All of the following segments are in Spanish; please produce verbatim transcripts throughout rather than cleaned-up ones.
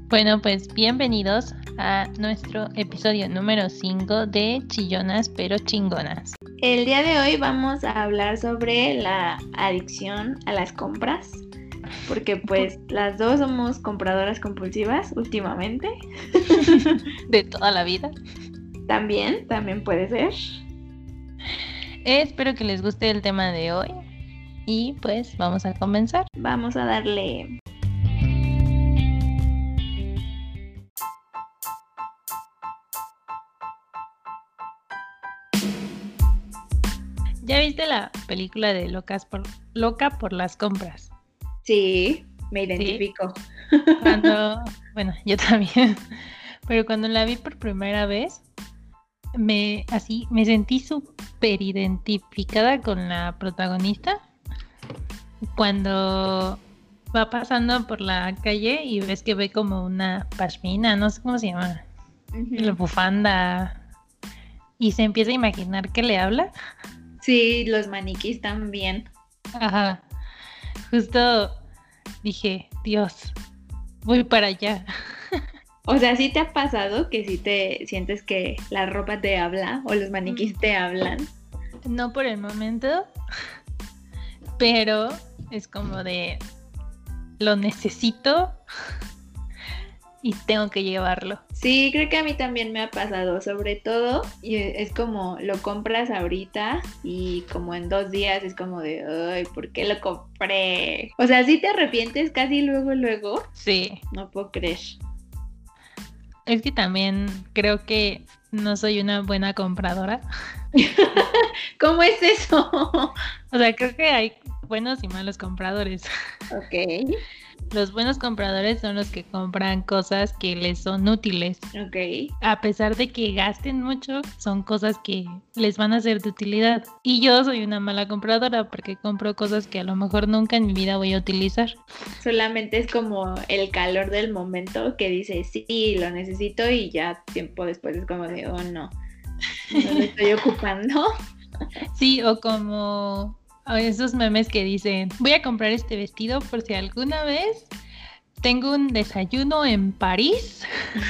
Bueno, pues bienvenidos a nuestro episodio número cinco de Chillonas pero Chingonas. El día de hoy vamos a hablar sobre la adicción a las compras, porque pues las dos somos compradoras compulsivas últimamente. De toda la vida. También, también puede ser. Espero que les guste el tema de hoy y pues vamos a comenzar. Vamos a darle. ¿Ya viste la película de Locas por Loca por las compras? Sí, me identifico. ¿Sí? Cuando, bueno, yo también. Pero cuando la vi por primera vez, me así me sentí súper identificada con la protagonista. Cuando va pasando por la calle y ves que ve como una pashmina, no sé cómo se llama, uh-huh. La bufanda, y se empieza a imaginar que le habla. Sí, los maniquís también. Ajá, justo dije, Dios, voy para allá. O sea, ¿sí te ha pasado que sí te sientes que la ropa te habla o los maniquís te hablan? No por el momento, pero es como de, lo necesito y tengo que llevarlo. Sí, creo que a mí también me ha pasado, sobre todo, y es como lo compras ahorita y como en dos días es como de, ay, ¿por qué lo compré? O sea, ¿sí te arrepientes casi luego, luego? Sí. No puedo creer. Es que también creo que no soy una buena compradora. ¿Cómo es eso? O sea, creo que hay buenos y malos compradores. Ok. Los buenos compradores son los que compran cosas que les son útiles. Ok. A pesar de que gasten mucho, son cosas que les van a ser de utilidad. Y yo soy una mala compradora porque compro cosas que a lo mejor nunca en mi vida voy a utilizar. Solamente es como el calor del momento que dices, sí, lo necesito, y ya tiempo después es como de, oh, no, no lo estoy ocupando. Sí, o como esos memes que dicen, voy a comprar este vestido por si alguna vez tengo un desayuno en París,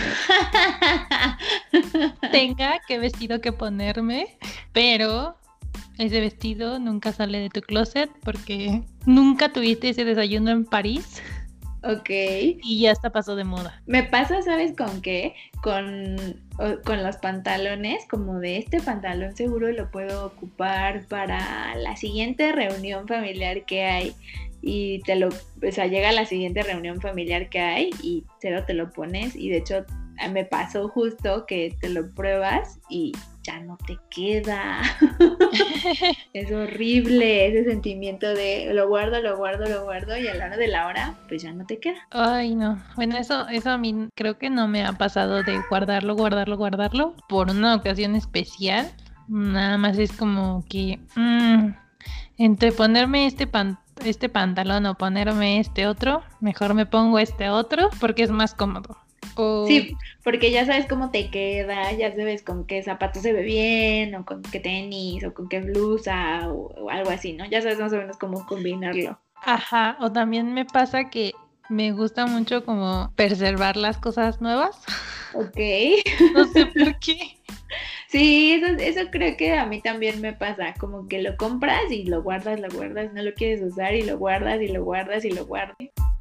tenga qué vestido que ponerme, pero ese vestido nunca sale de tu closet porque nunca tuviste ese desayuno en París. Ok. Y ya hasta pasó de moda. Me pasa, ¿sabes con qué? Con, con los pantalones, como de este pantalón seguro lo puedo ocupar para la siguiente reunión familiar que hay. Y te lo, o sea, llega la siguiente reunión familiar que hay y cero te lo pones. Y de hecho me pasó justo que te lo pruebas y ya no te queda. Es horrible ese sentimiento de lo guardo, lo guardo, lo guardo y a la hora de la hora pues ya no te queda. Ay, no. Bueno, eso, eso a mí creo que no me ha pasado de guardarlo, guardarlo, guardarlo por una ocasión especial. Nada más es como que mmm, entre ponerme este pan, este pantalón o ponerme este otro, mejor me pongo este otro porque es más cómodo. O... Sí, porque ya sabes cómo te queda, ya sabes con qué zapato se ve bien, o con qué tenis, o con qué blusa, o, o algo así, ¿no? Ya sabes más o menos cómo combinarlo. Ajá, o también me pasa que me gusta mucho como preservar las cosas nuevas. Ok. No sé por qué. Sí, eso, eso creo que a mí también me pasa, como que lo compras y lo guardas, lo guardas, no lo quieres usar y lo guardas y lo guardas y lo guardas.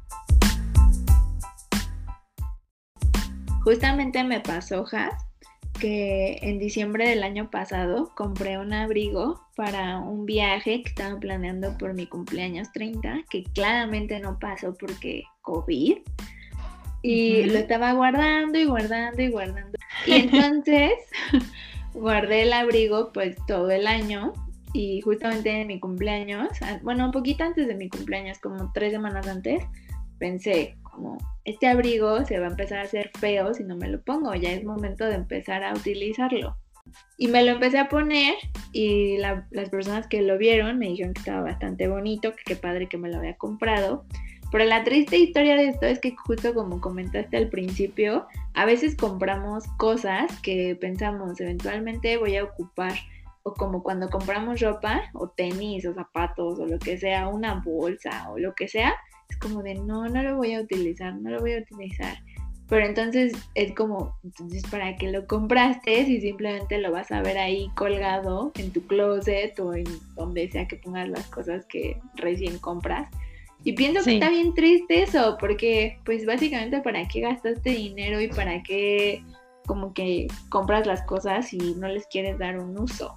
Justamente me pasó, Has, que en diciembre del año pasado compré un abrigo para un viaje que estaba planeando por mi cumpleaños treinta, que claramente no pasó porque COVID, y uh-huh. Lo estaba guardando y guardando y guardando. Y entonces guardé el abrigo pues todo el año, y justamente en mi cumpleaños, bueno, un poquito antes de mi cumpleaños, como tres semanas antes, pensé como, este abrigo se va a empezar a hacer feo si no me lo pongo, ya es momento de empezar a utilizarlo. Y me lo empecé a poner y la, las personas que lo vieron me dijeron que estaba bastante bonito, que qué padre que me lo había comprado. Pero la triste historia de esto es que justo como comentaste al principio, a veces compramos cosas que pensamos eventualmente voy a ocupar, o como cuando compramos ropa o tenis o zapatos o lo que sea, una bolsa o lo que sea, es como de no, no lo voy a utilizar, no lo voy a utilizar. Pero entonces es como, entonces ¿para qué lo compraste si simplemente lo vas a ver ahí colgado en tu closet o en donde sea que pongas las cosas que recién compras? Y pienso que Sí. está bien triste eso, porque pues básicamente ¿para qué gastaste dinero y para qué como que compras las cosas si no les quieres dar un uso?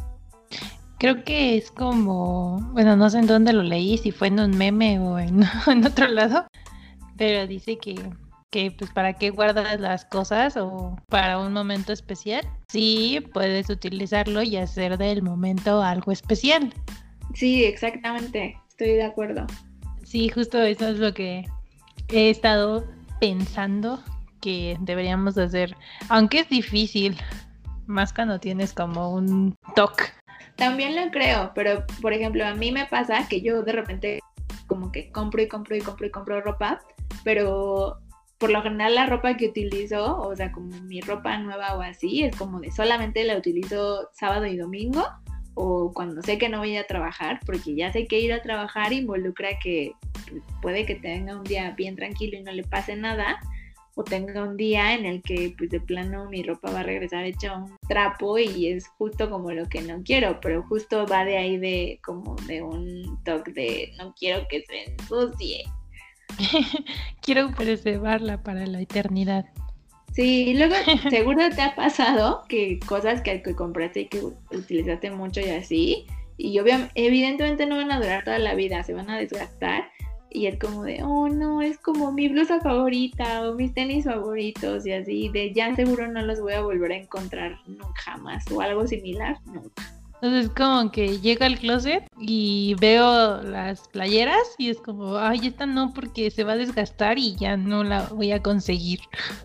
Creo que es como, bueno, no sé en dónde lo leí, si fue en un meme o en, en otro lado, pero dice que, que pues para qué guardas las cosas o para un momento especial. Sí, puedes utilizarlo y hacer del momento algo especial. Sí, exactamente, estoy de acuerdo. Sí, justo eso es lo que he estado pensando que deberíamos hacer, aunque es difícil, más cuando tienes como un toque. También lo creo, pero por ejemplo, a mí me pasa que yo de repente como que compro y compro y compro y compro ropa, pero por lo general la ropa que utilizo, o sea, como mi ropa nueva o así, es como de solamente la utilizo sábado y domingo o cuando sé que no voy a trabajar, porque ya sé que ir a trabajar involucra que puede que tenga un día bien tranquilo y no le pase nada, o tenga un día en el que pues de plano mi ropa va a regresar hecha un trapo y es justo como lo que no quiero, pero justo va de ahí de como de un toque de no quiero que se ensucie. Quiero preservarla para la eternidad. Sí, y luego seguro te ha pasado que cosas que, que compraste y que utilizaste mucho y así, y obviamente, evidentemente no van a durar toda la vida, se van a desgastar. Y es como de, oh no, es como mi blusa favorita o mis tenis favoritos y así, de ya seguro no los voy a volver a encontrar nunca jamás o algo similar, nunca. Entonces como que llego al closet y veo las playeras y es como, ay, esta no porque se va a desgastar y ya no la voy a conseguir.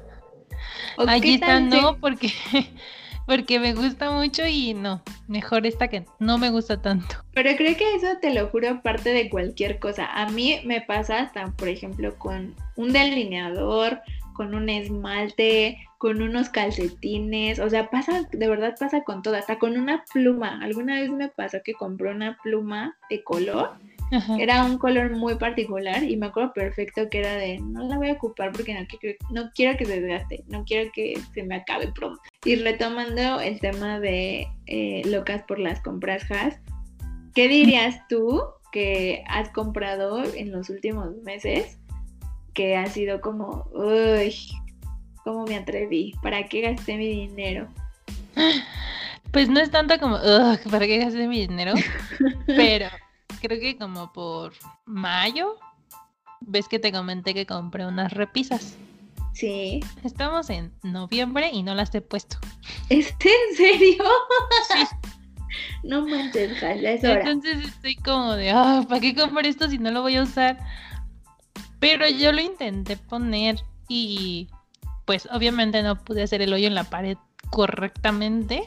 ¿O Ay, qué esta tal no se... porque, porque me gusta mucho y no, mejor esta que no me gusta tanto. Pero creo que eso te lo juro parte de cualquier cosa. A mí me pasa hasta, por ejemplo, con un delineador, con un esmalte, con unos calcetines, o sea, pasa, de verdad pasa con todo, hasta con una pluma. Alguna vez me pasó que compré una pluma de color, Ajá. era un color muy particular y me acuerdo perfecto que era de, no la voy a ocupar porque no, quiero- no quiero que se desgaste, no quiero que se me acabe pronto. Y retomando el tema de eh, locas por las compras Has, ¿qué dirías tú que has comprado en los últimos meses que ha sido como, uy, cómo me atreví? ¿Para qué gasté mi dinero? Pues no es tanto como, ugh, ¿para qué gasté mi dinero? Pero creo que como por mayo, ves que te comenté que compré unas repisas. Sí. Estamos en noviembre y no las he puesto. ¿Es en serio? Sí. No manches, Has, ya es hora. Entonces estoy como de, ah, ¿para qué compré esto si no lo voy a usar? Pero yo lo intenté poner y pues obviamente no pude hacer el hoyo en la pared correctamente.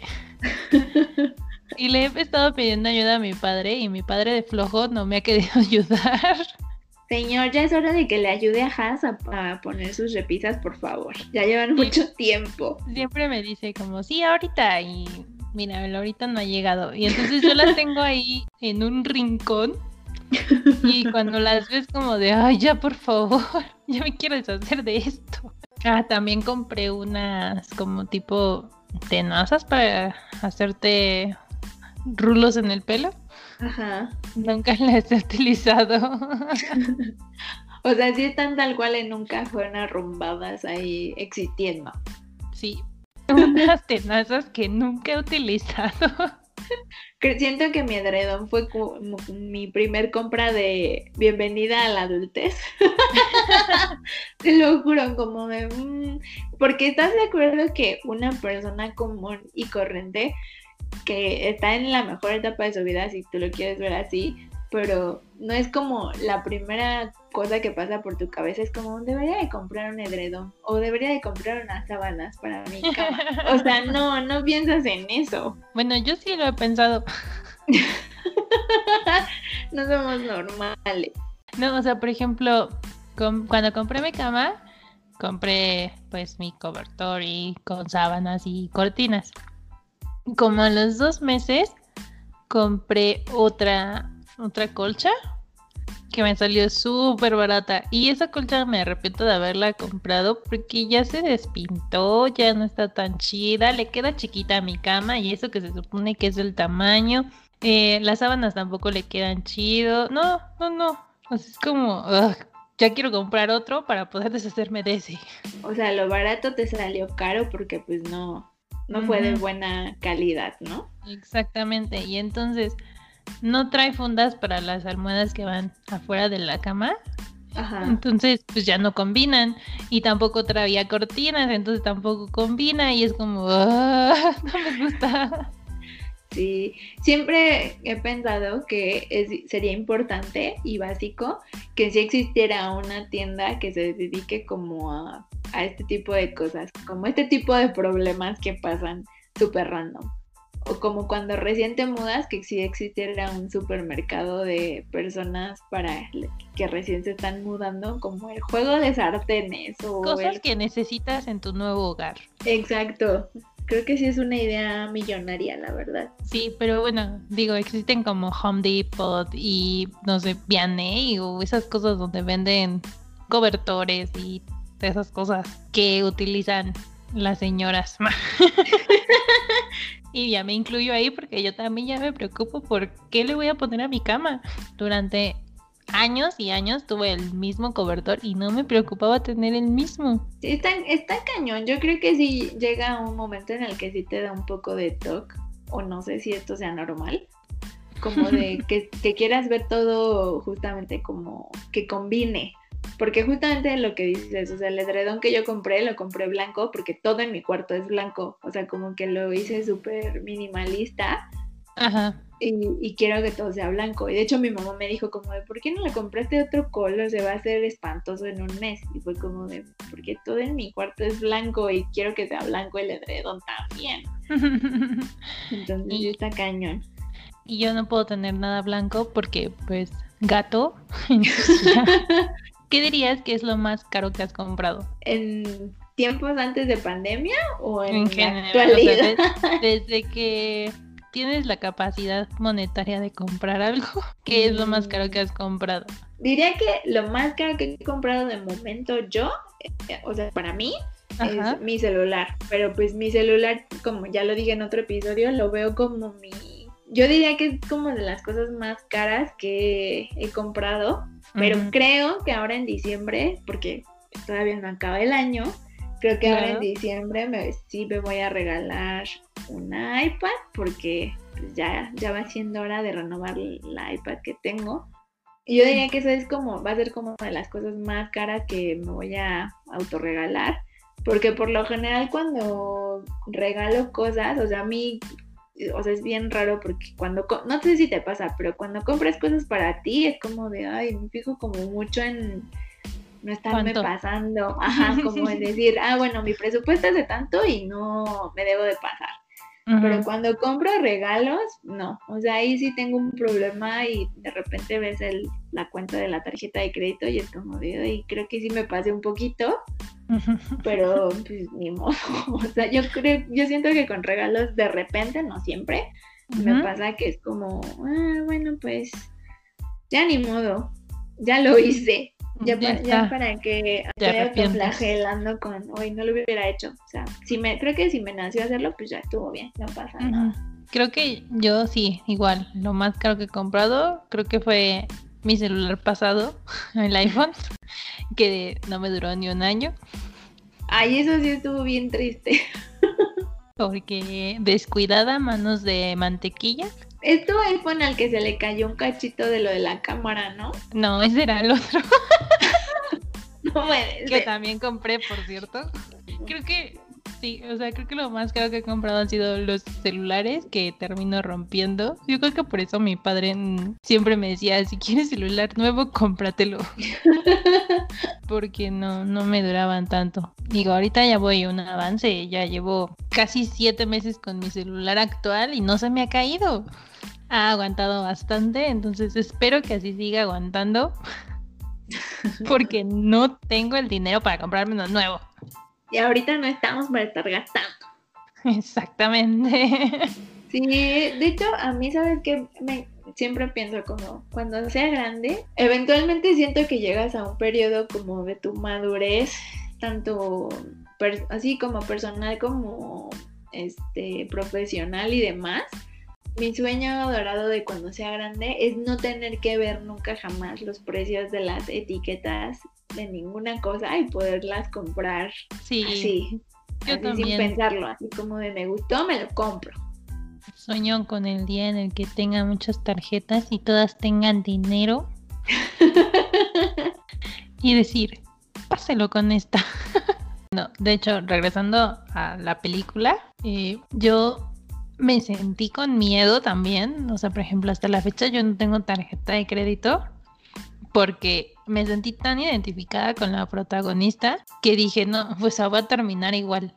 Y le he estado pidiendo ayuda a mi padre y mi padre de flojo no me ha querido ayudar. Señor, ya es hora de que le ayude a Has a, a poner sus repisas, por favor. Ya llevan Sí. mucho tiempo. Siempre me dice como, sí, ahorita. Y mira, ahorita no ha llegado. Y entonces yo las tengo ahí en un rincón. Y cuando las ves como de, ay, ya por favor, ya me quiero deshacer de esto. Ah, también compré unas como tipo tenazas para hacerte rulos en el pelo. Ajá. Nunca las he utilizado. O sea, sí están tal cual en un cajón arrumbadas ahí existiendo. Sí, unas tenazas que nunca he utilizado. Siento que mi edredón fue como mi primer compra de bienvenida a la adultez. Te lo juro, como de... Mmm, porque estás de acuerdo que una persona común y corriente que está en la mejor etapa de su vida, si tú lo quieres ver así, pero no es como la primera cosa que pasa por tu cabeza, es como, debería de comprar un edredón o debería de comprar unas sábanas para mi cama. O sea, no, no piensas en eso. Bueno, yo sí lo he pensado. No somos normales. No, o sea, por ejemplo, com- cuando compré mi cama, compré pues mi cobertor con sábanas y cortinas. Como a los dos meses compré otra otra colcha que me salió súper barata. Y esa colcha me arrepiento de haberla comprado porque ya se despintó, ya no está tan chida, le queda chiquita a mi cama y eso que se supone que es el tamaño. Eh, las sábanas tampoco le quedan chido. No, no, no. O sea, es como, ugh, ya quiero comprar otro para poder deshacerme de ese. O sea, lo barato te salió caro porque pues no, no fue de Ujú. buena calidad, ¿no? Exactamente. Y entonces no trae fundas para las almohadas que van afuera de la cama. Ajá. Entonces, pues ya no combinan. Y tampoco traía cortinas, entonces tampoco combina. Y es como, ah, no me gusta. Sí, siempre he pensado que es, sería importante y básico que si existiera una tienda que se dedique como a, a este tipo de cosas, como este tipo de problemas que pasan súper random. O como cuando recién te mudas, que si existiera un supermercado de personas para que recién se están mudando, como el juego de sartenes o Cosas el... que necesitas en tu nuevo hogar. Exacto. Creo que sí es una idea millonaria, la verdad. Sí, pero bueno, digo, existen como Home Depot y, no sé, B and A o esas cosas donde venden cobertores y esas cosas que utilizan las señoras. Y ya me incluyo ahí porque yo también ya me preocupo por qué le voy a poner a mi cama. Durante años y años tuve el mismo cobertor y no me preocupaba tener el mismo. Sí, está, está cañón. Yo creo que sí llega un momento en el que sí te da un poco de toque, o no sé si esto sea normal, como de que, que quieras ver todo justamente como que combine. Porque justamente lo que dices, o sea, el edredón que yo compré, lo compré blanco porque todo en mi cuarto es blanco. O sea, como que lo hice súper minimalista. Ajá. Y, y quiero que todo sea blanco. Y de hecho mi mamá me dijo como de, ¿por qué no le compraste otro color? Se va a hacer espantoso en un mes. Y fue como de, porque todo en mi cuarto es blanco y quiero que sea blanco el edredón también. Entonces y, sí está cañón. y yo no puedo tener nada blanco porque, pues, gato. ¿Qué dirías que es lo más caro que has comprado? ¿En tiempos antes de pandemia o en, En la general, actualidad? o sea, de- desde que tienes la capacidad monetaria de comprar algo, ¿qué es lo más caro que has comprado? Diría que lo más caro que he comprado de momento yo, eh, o sea, para mí, Ajá. es mi celular. Pero pues mi celular, como ya lo dije en otro episodio, lo veo como mi... Yo diría que es como de las cosas más caras que he comprado. Pero Ujú. creo que ahora en diciembre, porque todavía no acaba el año, creo que ahora en Claro. diciembre me, sí me voy a regalar un iPad porque pues, ya, ya va siendo hora de renovar la iPad que tengo. Y yo diría que eso es como, va a ser como una de las cosas más caras que me voy a autorregalar. Porque por lo general cuando regalo cosas, o sea, a mí, o sea, es bien raro porque cuando, no sé si te pasa, pero cuando compras cosas para ti es como de, ay, me fijo como mucho en no estarme ¿Cuánto? pasando, ajá, como en decir, ah, bueno, mi presupuesto es de tanto y no me debo de pasar. Ujú. Pero cuando compro regalos, no. O sea, ahí sí tengo un problema y de repente ves el, la cuenta de la tarjeta de crédito y es como de, ay, creo que sí me pasé un poquito, pero pues ni modo. O sea, yo creo, yo siento que con regalos de repente, no siempre, Ujú. me pasa que es como, ah, bueno, pues ya ni modo, ya lo hice. Ya, Ya pa, ya está. para que Te estoy arrepientes. autoflagelando con, hoy no lo hubiera hecho. O sea, si me, creo que si me nació hacerlo, pues ya estuvo bien, no pasa Ujú. nada. Creo que yo sí, igual. Lo más caro que he comprado, creo que fue mi celular pasado, el iPhone, que no me duró ni un año, Ay, eso sí estuvo bien triste. porque descuidada, manos de mantequilla. Es tu iPhone al que se le cayó un cachito de lo de la cámara, ¿no? No, ese era el otro No puede que ser. también compré, por cierto. Creo que sí, o sea, creo que lo más caro que he comprado han sido los celulares que termino rompiendo. Yo creo que por eso mi padre mm, siempre me decía, si quieres celular nuevo, cómpratelo. Porque no, no me duraban tanto. Digo, ahorita ya voy a un avance, ya llevo casi siete meses con mi celular actual y no se me ha caído. Ha aguantado bastante, entonces espero que así siga aguantando. Porque no tengo el dinero para comprarme uno nuevo. Y ahorita no estamos para estar gastando. Exactamente. Sí, de hecho, a mí, ¿sabes qué? Me, siempre pienso como cuando sea grande, eventualmente siento que llegas a un periodo como de tu madurez, tanto per- así como personal como este profesional y demás. Mi sueño dorado de cuando sea grande es no tener que ver nunca jamás los precios de las etiquetas de ninguna cosa y poderlas comprar Sí, así, yo así también sin pensarlo, así como de me gustó, me lo compro. sueño con el día en el que tenga muchas tarjetas y todas tengan dinero y decir, páselo con esta. No, de hecho, regresando a la película, eh, yo me sentí con miedo también. O sea, por ejemplo, hasta la fecha yo no tengo tarjeta de crédito porque me sentí tan identificada con la protagonista que dije, no, pues va a terminar igual,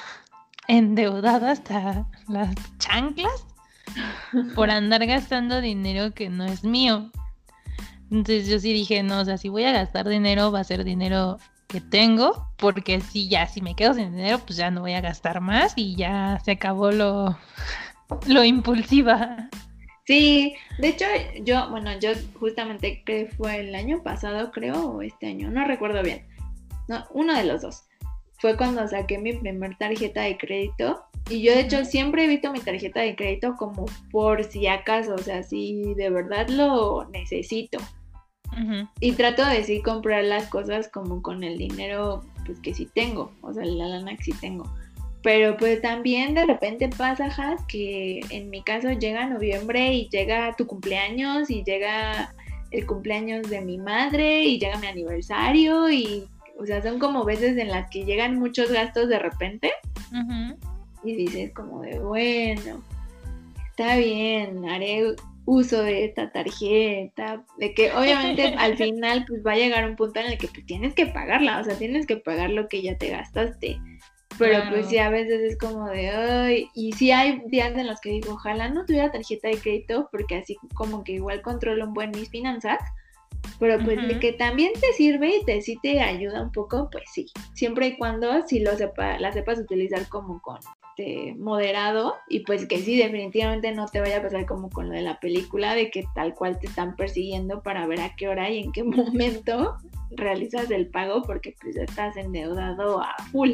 endeudada hasta las chanclas por andar gastando dinero que no es mío. Entonces yo sí dije, no, o sea, si voy a gastar dinero, va a ser dinero que tengo, porque si ya, si me quedo sin dinero, pues ya no voy a gastar más y ya se acabó lo, lo impulsiva. Sí, de hecho yo, bueno, yo justamente que fue el año pasado, creo, o este año, no recuerdo bien, no, uno de los dos, fue cuando saqué mi primer tarjeta de crédito y yo de hecho siempre he visto mi tarjeta de crédito como por si acaso, o sea, si de verdad lo necesito. Uh-huh. Y trato de sí comprar las cosas como con el dinero pues que sí tengo, o sea, la lana que sí tengo. Pero pues también de repente pasa, Has, que en mi caso llega noviembre y llega tu cumpleaños y llega el cumpleaños de mi madre y llega mi aniversario y, o sea, son como veces en las que llegan muchos gastos de repente. Uh-huh. Y dices como de, bueno, está bien, haré uso de esta tarjeta, de que obviamente al final pues va a llegar un punto en el que pues, tienes que pagarla, o sea, tienes que pagar lo que ya te gastaste. Pero Claro. Pues sí, a veces es como de, ay, y sí hay días en los que digo, ojalá no tuviera tarjeta de crédito, porque así como que igual controlo un buen mis finanzas, pero pues uh-huh. de que también te sirve y te, sí te ayuda un poco, pues sí, siempre y cuando sí lo sepa, la sepas utilizar como con este, moderado, y pues que sí, definitivamente no te vaya a pasar como con lo de la película, de que tal cual te están persiguiendo para ver a qué hora y en qué momento realizas el pago, porque pues estás endeudado a full.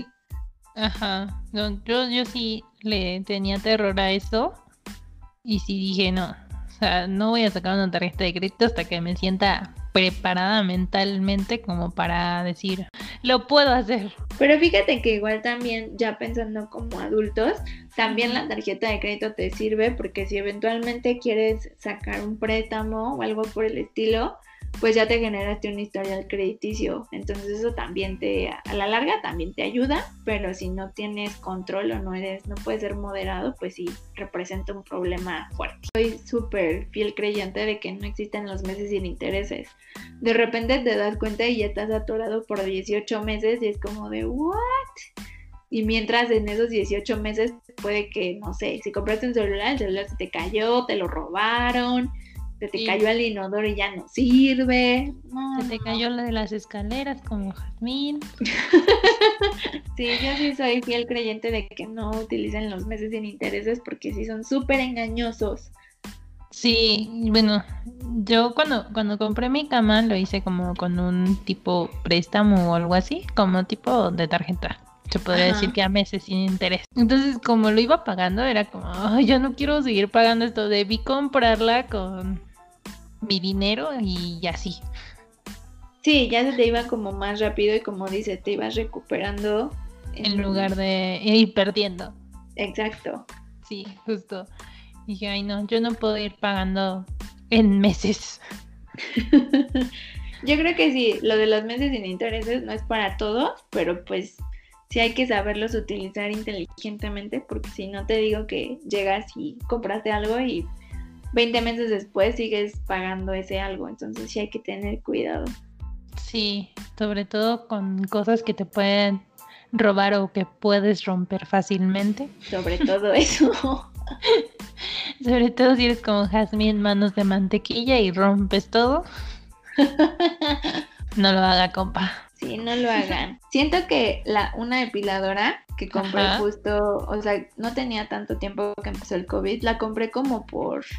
Ajá, no, yo, yo sí le tenía terror a eso y sí dije no, o sea, no voy a sacar una tarjeta de crédito hasta que me sienta preparada mentalmente como para decir, lo puedo hacer. Pero fíjate que igual también, ya pensando como adultos, también la tarjeta de crédito te sirve porque si eventualmente quieres sacar un préstamo o algo por el estilo, pues ya te generaste un historial crediticio, entonces eso también te, a la larga también te ayuda, pero si no tienes control o no eres, no puedes ser moderado, pues sí representa un problema fuerte. Soy súper fiel creyente de que no existen los meses sin intereses. De repente te das cuenta y ya estás atorado por dieciocho meses y es como de ¿what? Y mientras en esos dieciocho meses puede que, no sé, si compraste un celular, el celular se te cayó, te lo robaron, se te sí. cayó el inodoro y ya no sirve. No, se te no. cayó la de las escaleras como Jazmín. Sí, yo sí soy fiel creyente de que no utilicen los meses sin intereses porque sí son súper engañosos. Sí, bueno, yo cuando, cuando compré mi cama lo hice como con un tipo préstamo o algo así, como tipo de tarjeta. Se podría Ajá. decir que a meses sin interés. Entonces, como lo iba pagando, era como, oh, yo no quiero seguir pagando esto. Debí comprarla con mi dinero y así. Sí, ya se te iba como más rápido y como dices, te ibas recuperando. En, en lugar de ir perdiendo. Exacto. Sí, justo. Dije, ay no, yo no puedo ir pagando en meses. Yo creo que sí, lo de los meses sin intereses no es para todos, pero pues sí hay que saberlos utilizar inteligentemente, porque si no te digo que llegas y compraste algo y veinte meses después sigues pagando ese algo, entonces sí hay que tener cuidado. Sí, sobre todo con cosas que te pueden robar o que puedes romper fácilmente. Sobre todo eso. Sobre todo si eres como Jazmín, manos de mantequilla y rompes todo. No lo haga, compa. Sí, no lo hagan. Siento que la una depiladora que compré Ajá. justo, o sea, no tenía tanto tiempo que empezó el COVID, la compré como por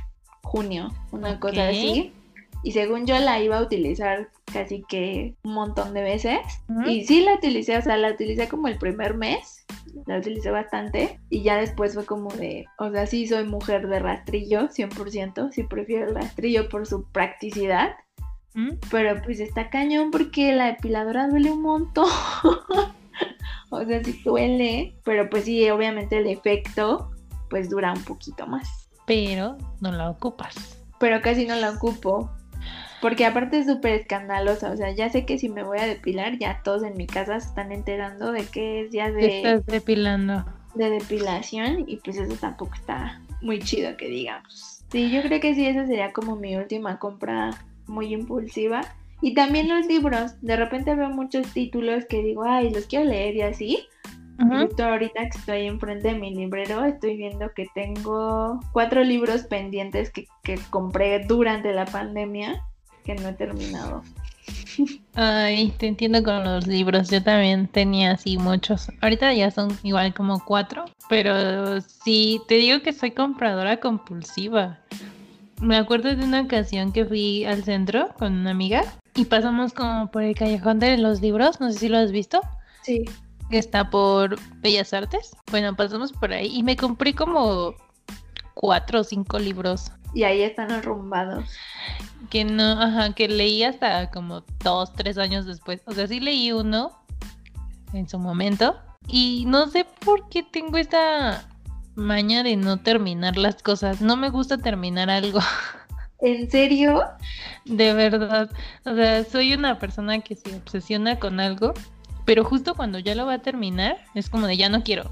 junio, una Ok. cosa así. Y según yo la iba a utilizar casi que un montón de veces. Ujú. Y sí la utilicé, o sea, la utilicé como el primer mes. La utilicé bastante. Y ya después fue como de, o sea, sí soy mujer de rastrillo, cien por ciento. Sí prefiero el rastrillo por su practicidad. ¿Mm? Pero pues está cañón porque la depiladora duele un montón. O sea, sí duele. Pero pues sí, obviamente el efecto pues dura un poquito más. Pero no la ocupas. Pero casi no la ocupo. Porque aparte es súper escandalosa, o sea, ya sé que si me voy a depilar, ya todos en mi casa se están enterando de que es día Te de, estás depilando. de depilación y pues eso tampoco está muy chido que digamos. Sí, yo creo que sí, esa sería como mi última compra muy impulsiva. Y también los libros, de repente veo muchos títulos que digo, ay, los quiero leer y así. Y Ujú. justo ahorita que estoy enfrente de mi librero, estoy viendo que tengo cuatro libros pendientes que, que compré durante la pandemia que no he terminado. Ay, te entiendo con los libros. Yo también tenía así muchos. Ahorita ya son igual como cuatro. Pero sí, te digo que soy compradora compulsiva. Me acuerdo de una ocasión que fui al centro con una amiga y pasamos como por el callejón de los libros. No sé si lo has visto. Sí. Que está por Bellas Artes. Bueno, pasamos por ahí y me compré como cuatro o cinco libros. Y ahí están arrumbados. Que no, ajá, que leí hasta como dos, tres años después. O sea, sí leí uno en su momento. Y no sé por qué tengo esta maña de no terminar las cosas. No me gusta terminar algo, ¿En serio? de verdad. O sea, soy una persona que se obsesiona con algo, pero justo cuando ya lo va a terminar, es como de ya no quiero.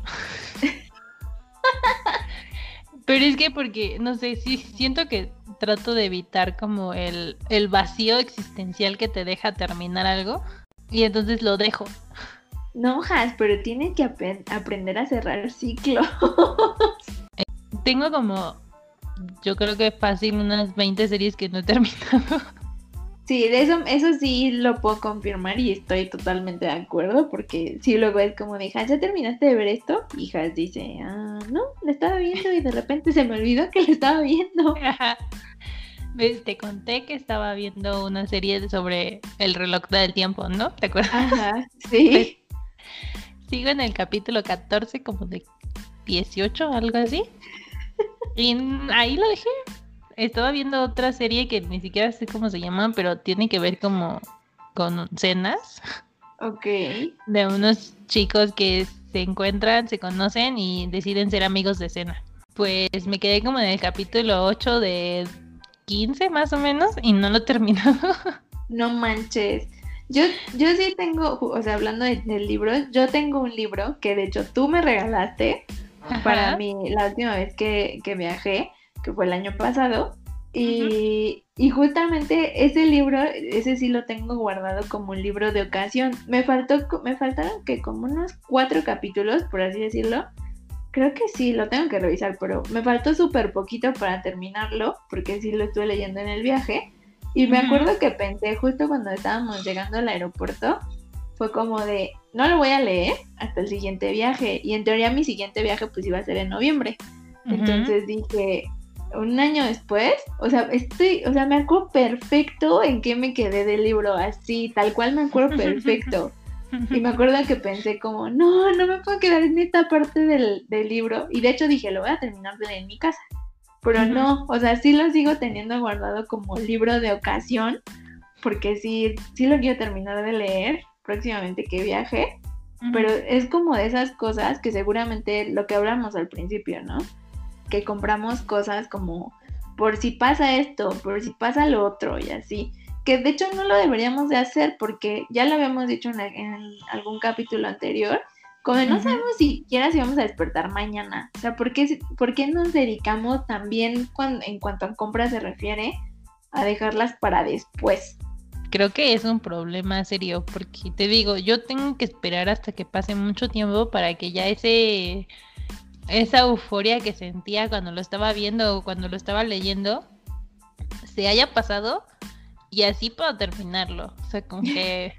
Pero es que porque, no sé, sí siento que trato de evitar como el, el vacío existencial que te deja terminar algo. Y entonces lo dejo. No, Has, pero tienes que ap- aprender a cerrar ciclos. Tengo como, yo creo que fácil unas veinte series que no he terminado. Sí, de eso, eso sí lo puedo confirmar y estoy totalmente de acuerdo porque sí luego es como de, Has, ¿ya terminaste de ver esto? Y Has dice, ah, no, lo estaba viendo y de repente se me olvidó que lo estaba viendo. Ajá. ¿Ves? Te conté que estaba viendo una serie sobre el reloj del tiempo, ¿no? ¿Te acuerdas? Ajá, sí. Sigo en el capítulo catorce, como de dieciocho, algo así. Y ahí lo dejé. Estaba viendo otra serie que ni siquiera sé cómo se llama, pero tiene que ver como con cenas Ok. de unos chicos que se encuentran, se conocen y deciden ser amigos de cena. Pues me quedé como en el capítulo ocho de quince más o menos y no lo he terminado. No manches. Yo, yo sí tengo, o sea, hablando de, del libro, yo tengo un libro que de hecho tú me regalaste para Ajá. mí la última vez que, que viajé, que fue el año pasado. Y, y justamente ese libro, ese sí lo tengo guardado como un libro de ocasión. Me faltó, me faltaron que como unos cuatro capítulos, por así decirlo. Creo que sí, lo tengo que revisar, pero me faltó súper poquito para terminarlo, porque sí lo estuve leyendo en el viaje. Y me Ujú. acuerdo que pensé justo cuando estábamos llegando al aeropuerto, fue como de, no lo voy a leer hasta el siguiente viaje. Y en teoría mi siguiente viaje pues iba a ser en noviembre. Ujú. Entonces dije, un año después, o sea, estoy, o sea, me acuerdo perfecto en qué me quedé del libro, así, tal cual me acuerdo perfecto. Y me acuerdo que pensé como, no, no me puedo quedar en esta parte del, del libro. Y de hecho dije, lo voy a terminar de leer en mi casa. Pero Ujú. no, o sea, sí lo sigo teniendo guardado como libro de ocasión, porque sí, sí lo quiero terminar de leer próximamente que viaje. Ujú. Pero es como de esas cosas que seguramente lo que hablamos al principio, ¿no? Que compramos cosas como por si pasa esto, por si pasa lo otro y así. Que de hecho no lo deberíamos de hacer porque ya lo habíamos dicho en, en algún capítulo anterior, como de no Ujú. sabemos siquiera si vamos a despertar mañana. O sea, ¿por qué, por qué nos dedicamos también cuando, en cuanto a compras se refiere a dejarlas para después? Creo que es un problema serio porque te digo, yo tengo que esperar hasta que pase mucho tiempo para que ya ese esa euforia que sentía cuando lo estaba viendo o cuando lo estaba leyendo se haya pasado y así puedo terminarlo. O sea, como que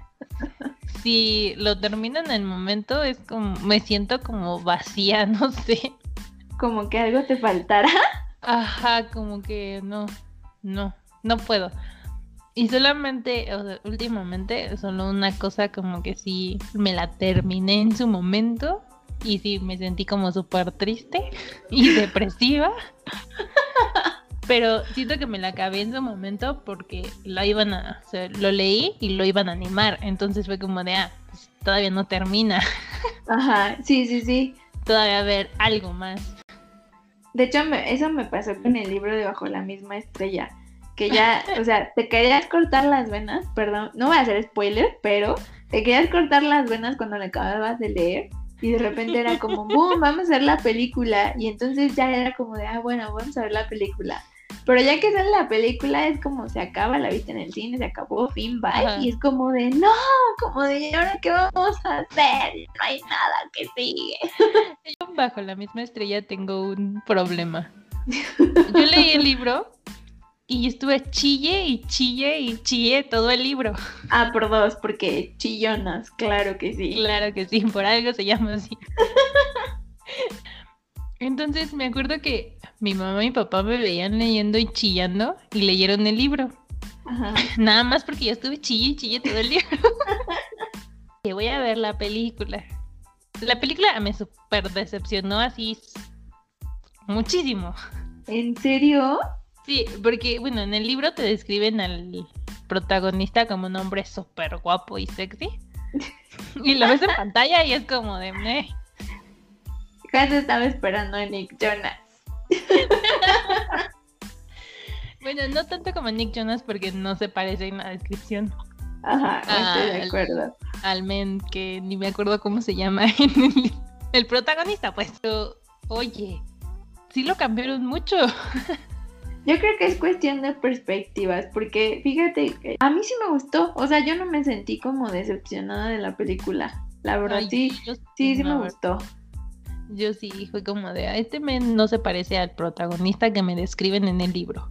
si lo termino en el momento es como me siento como vacía, no sé. Como que algo te faltara. Ajá, como que no, no, no puedo. Y solamente, o sea, últimamente, solo una cosa como que sí me la terminé en su momento y sí me sentí como súper triste y depresiva. Pero siento que me la acabé en su momento porque la iban a, o sea, lo leí y lo iban a animar. Entonces fue como de, ah, pues todavía no termina. Ajá, sí, sí, sí. Todavía va a haber algo más. De hecho, me, eso me pasó con el libro de Bajo la misma estrella. Que ya, o sea, te querías cortar las venas, perdón, no voy a hacer spoiler, pero te querías cortar las venas cuando le acababas de leer. Y de repente era como, boom, vamos a hacer la película. Y entonces ya era como de, ah, bueno, vamos a ver la película. Pero ya que sale la película es como se acaba, la viste en el cine, se acabó, fin, bye. Ajá. Y es como de, no, como de, ¿y ahora qué vamos a hacer? No hay nada que sigue. Yo Bajo la misma estrella tengo un problema. Yo leí el libro y estuve chille y chille y chille todo el libro. Ah, por dos, porque chillonas, claro que sí. Claro que sí, por algo se llama así. Entonces me acuerdo que mi mamá y mi papá me veían leyendo y chillando y leyeron el libro. Ajá. Nada más porque yo estuve chille y chille todo el libro. Y voy a ver la película. La película me súper decepcionó así muchísimo. ¿En serio? Sí, porque bueno, en el libro te describen al protagonista como un hombre súper guapo y sexy. Y lo ves en pantalla y es como de meh. Casi estaba esperando a Nick Jonas. Bueno, no tanto como Nick Jonas porque no se parece en la descripción. Ajá, estoy de acuerdo. Al, al men que ni me acuerdo cómo se llama en el, el protagonista, pues. Pero, oye, sí lo cambiaron mucho. Yo creo que es cuestión de perspectivas, porque fíjate que a mí sí me gustó, o sea, yo no me sentí como decepcionada de la película, la verdad. Ay, sí, yo, sí, sí me gustó. Yo sí, fue como de, este men no se parece al protagonista que me describen en el libro.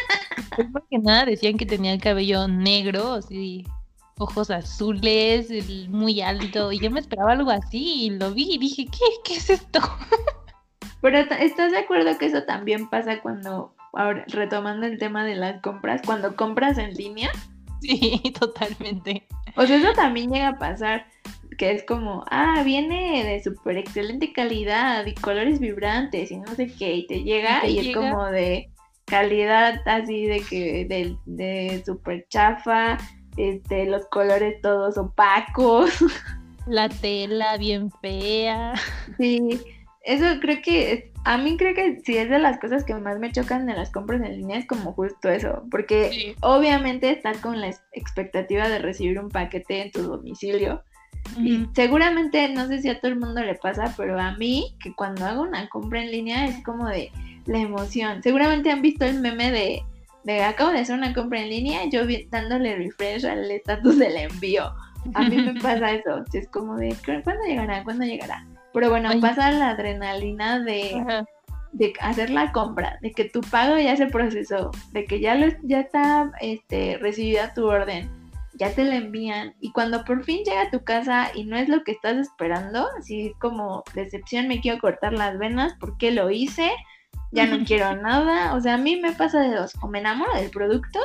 Porque nada, decían que tenía el cabello negro, así, ojos azules, muy alto, y yo me esperaba algo así, y lo vi y dije, ¿qué, qué es esto? Pero ¿estás de acuerdo que eso también pasa cuando, ahora retomando el tema de las compras, cuando compras en línea? Sí, totalmente. O sea, eso también llega a pasar, que es como, ah, viene de súper excelente calidad y colores vibrantes y no sé qué, y te llega y, te y llega? Es como de calidad así de que de, de súper chafa, este, los colores todos opacos. La tela bien fea. Sí, eso creo que, a mí creo que sí es de las cosas que más me chocan de las compras en línea, es como justo eso, porque sí. Obviamente estás con la expectativa de recibir un paquete en tu domicilio. Uh-huh. Y seguramente, no sé si a todo el mundo le pasa, pero a mí, que cuando hago una compra en línea es como de la emoción. Seguramente han visto el meme de, de acabo de hacer una compra en línea, yo vi, dándole refresh al estatus del envío. A mí me pasa eso, es como de, ¿cuándo llegará? ¿Cuándo llegará? Pero bueno, Ay. pasa la adrenalina de, uh-huh. de hacer la compra, de que tu pago ya se procesó, de que ya, lo, ya está este, recibida tu orden. Ya te la envían y cuando por fin llega a tu casa y no es lo que estás esperando, así como decepción, me quiero cortar las venas, ¿por qué lo hice? Ya no quiero nada, o sea, a mí me pasa de dos, o me enamoro del producto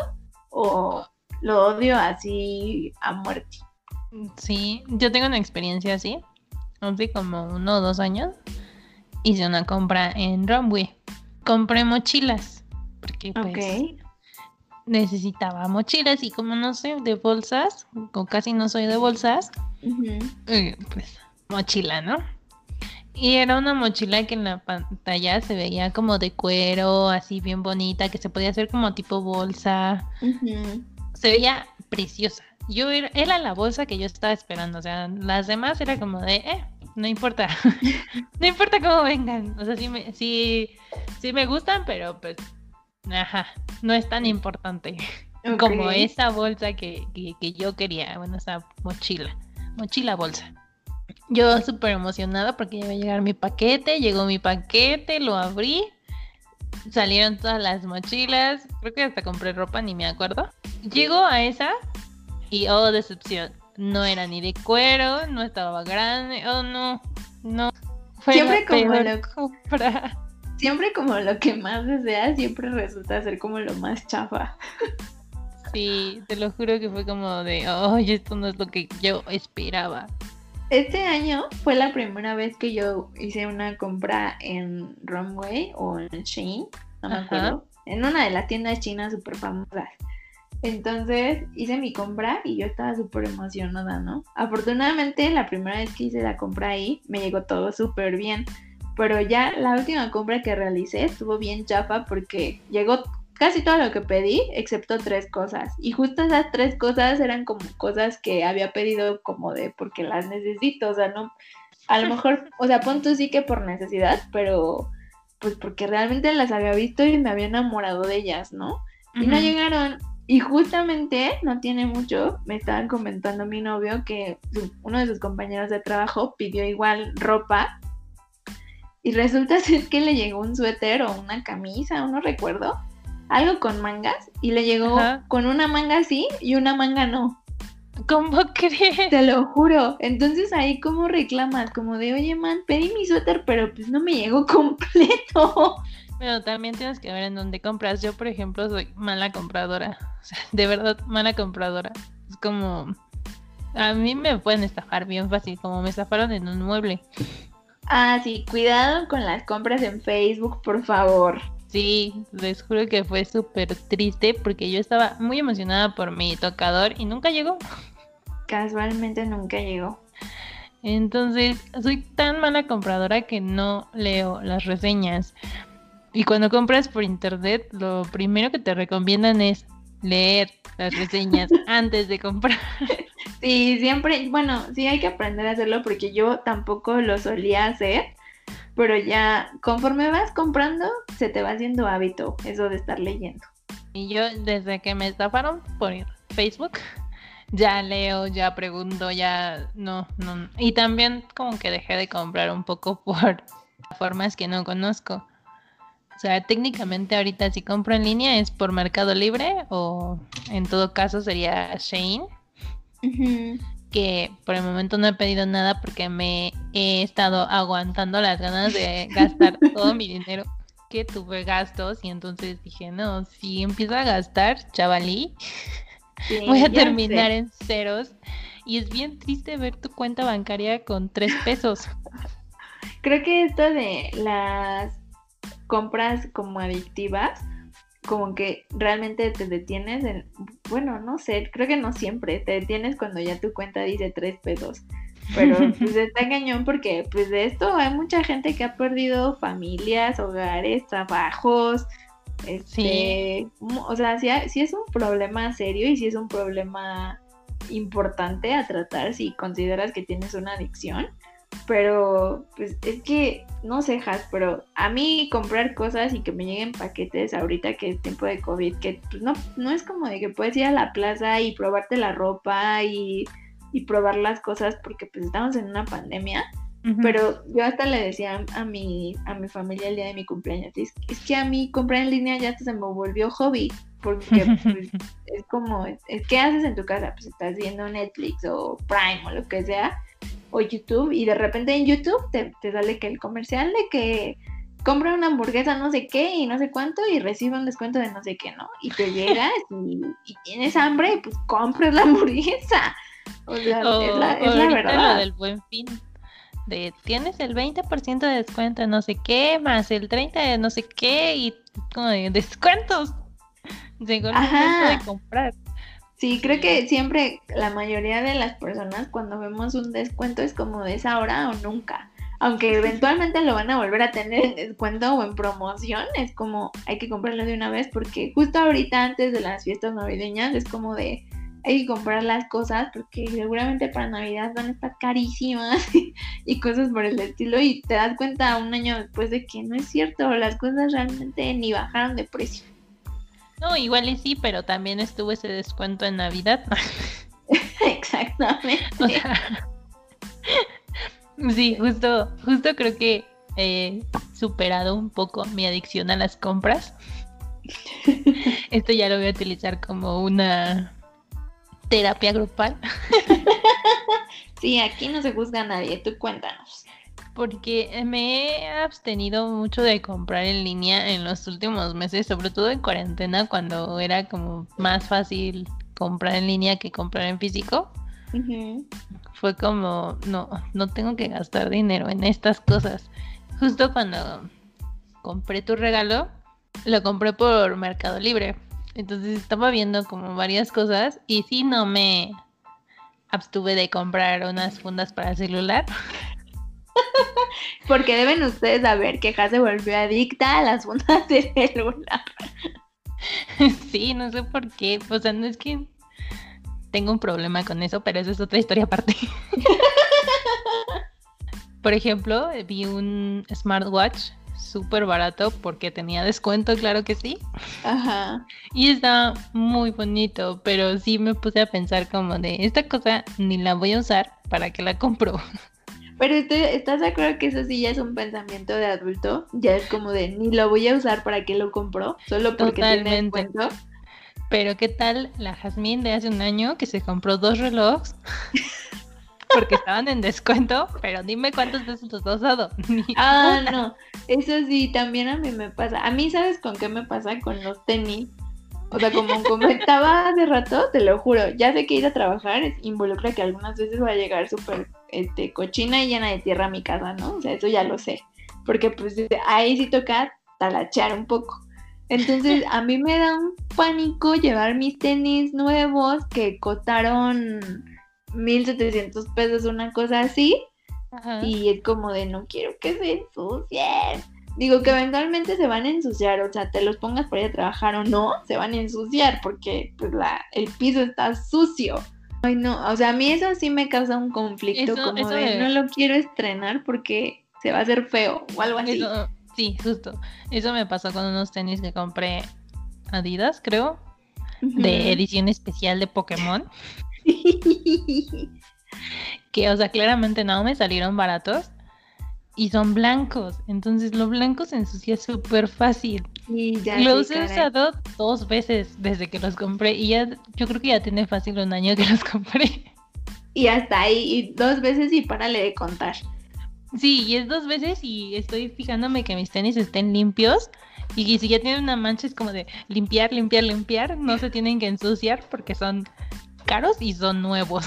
o lo odio así a muerte. Sí, yo tengo una experiencia así, hace como uno o dos años, hice una compra en Runway, compré mochilas, porque pues... Okay. necesitaba mochilas y como no sé de bolsas, o casi no soy de bolsas, uh-huh. eh, pues mochila, ¿no? Y era una mochila que en la pantalla se veía como de cuero, así bien bonita, que se podía hacer como tipo bolsa. Uh-huh. Se veía preciosa. Yo era, era la bolsa que yo estaba esperando, o sea, las demás era como de, eh, no importa, no importa cómo vengan, o sea, sí me, sí, sí me gustan, pero pues ajá, no es tan importante okay. como esa bolsa que, que, que yo quería, bueno, esa mochila, mochila bolsa. Yo súper emocionada porque ya iba a llegar mi paquete, llegó mi paquete, lo abrí, salieron todas las mochilas, creo que hasta compré ropa, ni me acuerdo. Llegó a esa y oh, decepción, no era ni de cuero, no estaba grande, oh no, no, fue siempre la como peor lo compra. siempre como lo que más deseas siempre resulta ser como lo más chafa. Sí, te lo juro que fue como de, ay, esto no es lo que yo esperaba. Este año fue la primera vez que yo hice una compra en Runway o en Shein, no me Ajá. acuerdo, en una de las tiendas chinas súper famosas. Entonces hice mi compra y yo estaba súper emocionada, ¿no? Afortunadamente la primera vez que hice la compra ahí me llegó todo súper bien, pero ya la última compra que realicé estuvo bien chafa porque llegó casi todo lo que pedí, excepto tres cosas. Y justo esas tres cosas eran como cosas que había pedido como de porque las necesito, o sea, no, a lo mejor, o sea, pon tú sí que por necesidad, pero pues porque realmente las había visto y me había enamorado de ellas, ¿no? Y no Ujú. llegaron. Y justamente, no tiene mucho, me estaban comentando mi novio que su- uno de sus compañeros de trabajo pidió igual ropa y resulta ser que le llegó un suéter o una camisa, no recuerdo, algo con mangas y le llegó Ajá. con una manga sí y una manga no. ¿Cómo crees? Te lo juro. Entonces ahí como reclamas, como de, oye man, pedí mi suéter, pero pues no me llegó completo. Pero también tienes que ver en dónde compras. Yo, por ejemplo, soy mala compradora. O sea, de verdad, mala compradora. Es como, a mí me pueden estafar bien fácil, como me estafaron en un mueble. Ah, sí, cuidado con las compras en Facebook, por favor. Sí, les juro que fue súper triste porque yo estaba muy emocionada por mi tocador y nunca llegó. Casualmente nunca llegó. Entonces, soy tan mala compradora que no leo las reseñas. Y cuando compras por internet, lo primero que te recomiendan es leer las reseñas antes de comprar. Sí, siempre, bueno, sí hay que aprender a hacerlo porque yo tampoco lo solía hacer, pero ya conforme vas comprando, se te va haciendo hábito eso de estar leyendo. Y yo, desde que me estafaron por Facebook, ya leo, ya pregunto, ya no, no. Y también como que dejé de comprar un poco por formas que no conozco. O sea, técnicamente ahorita si compro en línea es por Mercado Libre o en todo caso sería Shein, Ujú. que por el momento no he pedido nada porque me he estado aguantando las ganas de gastar todo mi dinero, que tuve gastos y entonces dije, no, si empiezo a gastar, chavalí, voy Sí, a ya terminar sé. en ceros y es bien triste ver tu cuenta bancaria con tres pesos. Creo que esto de las compras como adictivas, como que realmente te detienes en, bueno, no sé, creo que no siempre, te detienes cuando ya tu cuenta dice tres pesos. Pero pues está cañón porque pues de esto hay mucha gente que ha perdido familias, hogares, trabajos, Sí, este, mu- o sea, sí, ha- sí es un problema serio y sí es un problema importante a tratar si consideras que tienes una adicción. Pero, pues es que, no sé, Has, pero a mí comprar cosas y que me lleguen paquetes ahorita que es tiempo de COVID, que pues no, no es como de que puedes ir a la plaza y probarte la ropa y, y probar las cosas porque pues estamos en una pandemia. ujú. Pero yo hasta le decía a mi, a mi familia el día de mi cumpleaños, es, es que a mí comprar en línea ya hasta se me volvió hobby, porque pues es como, es, ¿qué haces en tu casa? Pues estás viendo Netflix o Prime o lo que sea o YouTube y de repente en YouTube te, te sale que el comercial de que compra una hamburguesa no sé qué y no sé cuánto y recibe un descuento de no sé qué, ¿no? Y te llegas y, y tienes hambre, pues compras la hamburguesa. O sea, O, es la, o es la ahorita lo verdad. del Buen Fin, de tienes el veinte por ciento de descuento de no sé qué, más el treinta de no sé qué, y como de descuentos. Llegó el momento de Ajá. comprar. Sí, creo Sí, que siempre la mayoría de las personas cuando vemos un descuento es como de esa hora o nunca. Aunque eventualmente lo van a volver a tener en descuento o en promoción, es como hay que comprarlo de una vez porque justo ahorita antes de las fiestas navideñas es como de hay que comprar las cosas porque seguramente para Navidad van a estar carísimas y cosas por el estilo y te das cuenta un año después de que no es cierto, las cosas realmente ni bajaron de precio. no, igual y sí, pero también estuvo ese descuento en Navidad. O Exactamente. sea, sí, justo, justo creo que he superado un poco mi adicción a las compras. Esto ya lo voy a utilizar como una terapia grupal. Sí, aquí no se juzga a nadie, tú cuéntanos. Porque me he abstenido mucho de comprar en línea en los últimos meses, sobre todo en cuarentena, cuando era como más fácil comprar en línea que comprar en físico. Uh-huh. Fue como, no, no tengo que gastar dinero en estas cosas. Justo cuando compré tu regalo, lo compré por Mercado Libre. Entonces estaba viendo como varias cosas y sí no me abstuve de comprar unas fundas para celular. Porque deben ustedes saber que Ja se volvió adicta a las fundas de celular. Sí, no sé por qué. O sea, no es que tengo un problema con eso, pero esa es otra historia aparte. Por ejemplo, vi un smartwatch súper barato porque tenía descuento, claro que sí. Ajá. Y estaba muy bonito, pero sí me puse a pensar como de, esta cosa ni la voy a usar, ¿para qué la compro? Pero estoy- ¿estás de acuerdo que eso sí ya es un pensamiento de adulto? Ya es como de, ni lo voy a usar, ¿para qué lo compro? Solo porque tiene Totalmente. descuento. Pero ¿qué tal la Jazmín de hace un año que se compró dos relojes? Porque estaban en descuento, pero dime cuántas veces los has usado. Ni Ah, una. no, eso sí, también a mí me pasa. A mí, ¿sabes con qué me pasa? Con los tenis. O sea, como comentaba hace rato, te lo juro, ya sé que ir a trabajar es- involucra que algunas veces va a llegar súper este, cochina y llena de tierra a mi casa, ¿no? O sea, eso ya lo sé. Porque pues ahí sí toca talachear un poco. Entonces, a mí me da un pánico llevar mis tenis nuevos que costaron mil setecientos pesos, una cosa así. Ajá. Y es como de no quiero que se ensucien. Digo que eventualmente se van a ensuciar, o sea, te los pongas para ir a trabajar o no, se van a ensuciar porque pues la, el piso está sucio. Ay no, o sea, a mí eso sí me causa un conflicto Eso, como eso de no me, lo quiero estrenar porque se va a hacer feo o algo así. eso, sí, justo. Eso me pasó con unos tenis que compré Adidas, creo, de Ujú. edición especial de Pokémon. Que, o sea, claramente no me salieron baratos y son blancos. Entonces, lo blanco se ensucia súper fácil. Y ya Los sé, he caray. usado dos veces desde que los compré y ya, yo creo que ya tiene fácil un año que los compré. Y hasta ahí, y dos veces y párale de contar. Sí, y es dos veces y estoy fijándome que mis tenis estén limpios y que si ya tienen una mancha es como de limpiar, limpiar, limpiar. No se tienen que ensuciar porque son caros y son nuevos.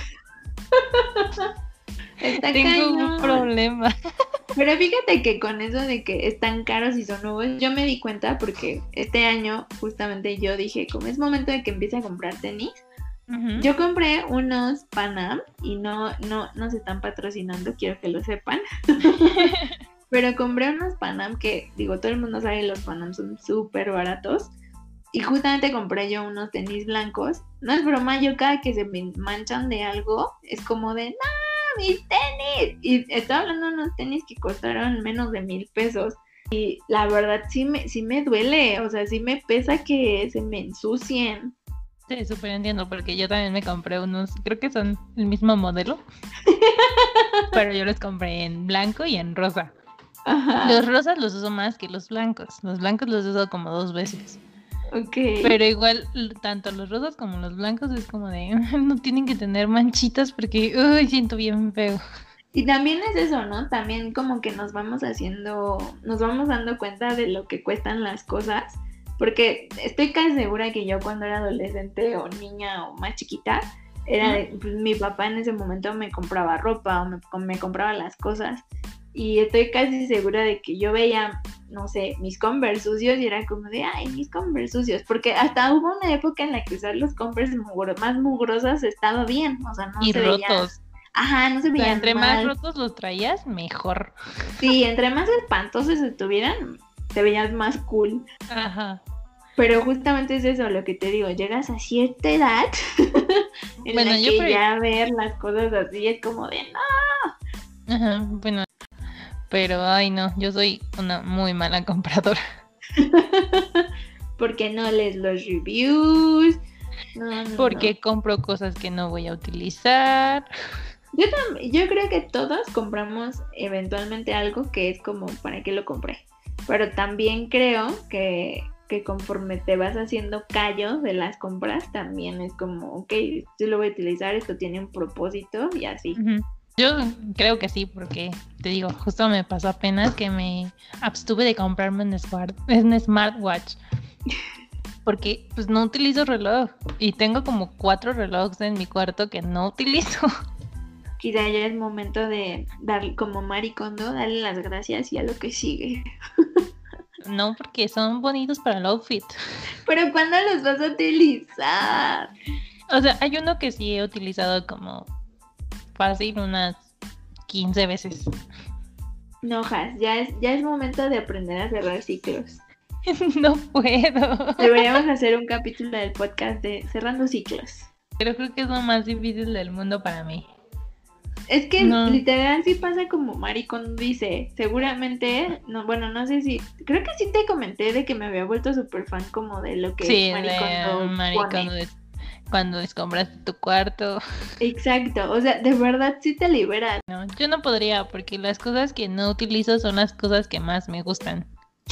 Está Tengo un cañón. problema. Pero fíjate que con eso de que están caros y son nuevos, yo me di cuenta porque este año justamente yo dije, como es momento de que empiece a comprar tenis, Uh-huh. yo compré unos Panam y no, no nos están patrocinando, quiero que lo sepan. Pero compré unos Panam que, digo, todo el mundo sabe que los Panam son súper baratos. Y justamente compré yo unos tenis blancos. No es broma, yo cada que se me manchan de algo, es como de, ¡no, mis tenis! Y estoy hablando de unos tenis que costaron menos de mil pesos. Y la verdad sí me, sí me duele, o sea, sí me pesa que se me ensucien. Sí, súper entiendo, porque yo también me compré unos, creo que son el mismo modelo, pero yo los compré en blanco y en rosa. Ajá, Los rosas los uso más que los blancos. Los blancos los uso como dos veces. ok. Pero igual, l- tanto los rosas como los blancos es como de, no tienen que tener manchitas porque, uy, siento bien feo. Y también es eso, ¿no? También como que nos vamos haciendo, nos vamos dando cuenta de lo que cuestan las cosas, porque estoy casi segura que yo cuando era adolescente o niña o más chiquita, era de, pues, mi papá en ese momento me compraba ropa o me, me compraba las cosas y estoy casi segura de que yo veía, no sé, mis Converse sucios y era como de, ay, mis Converse sucios, porque hasta hubo una época en la que usar los Converse mugro, más mugrosas estaba bien, o sea, no Y se veía. rotos. Ajá, no se O sea, veían entre más mal. rotos los traías, mejor. Sí, entre más espantosos estuvieran, te veías más cool. Ajá. Pero justamente es eso lo que te digo, llegas a cierta edad en Bueno, la yo que pre... ya ver las cosas así es como de no. Ajá, bueno, pero ay no, yo soy una muy mala compradora. Porque no lees los reviews. No, no, Porque no. compro cosas que no voy a utilizar. Yo, tam- yo creo que todos compramos eventualmente algo que es como, ¿para qué lo compré? Pero también creo que, que conforme te vas haciendo callo de las compras, también es como, ok, yo lo voy a utilizar, esto tiene un propósito y así. Ujú. Yo creo que sí, porque te digo, justo me pasó apenas que me abstuve de comprarme un, smart, un smartwatch. Porque pues no utilizo reloj y tengo como cuatro relojes en mi cuarto que no utilizo. Quizá ya es momento de dar, como Marie Kondo, darle las gracias y a lo que sigue. No, porque son bonitos para el outfit. Pero ¿cuándo los vas a utilizar? O sea, hay uno que sí he utilizado como fácil unas quince veces. No, Jas, ya es, ya es momento de aprender a cerrar ciclos. No puedo. Deberíamos hacer un capítulo del podcast de cerrando ciclos. Pero creo que es lo más difícil del mundo para mí. Es que no. literal sí pasa como Marie Kondo dice, seguramente, no, bueno, no sé si, creo que sí te comenté de que me había vuelto súper fan como de lo que sí, Marie de Kondo Marie pone. Kondo es cuando descombraste tu cuarto. Exacto, o sea, de verdad sí te libera. No, yo no podría porque las cosas que no utilizo son las cosas que más me gustan.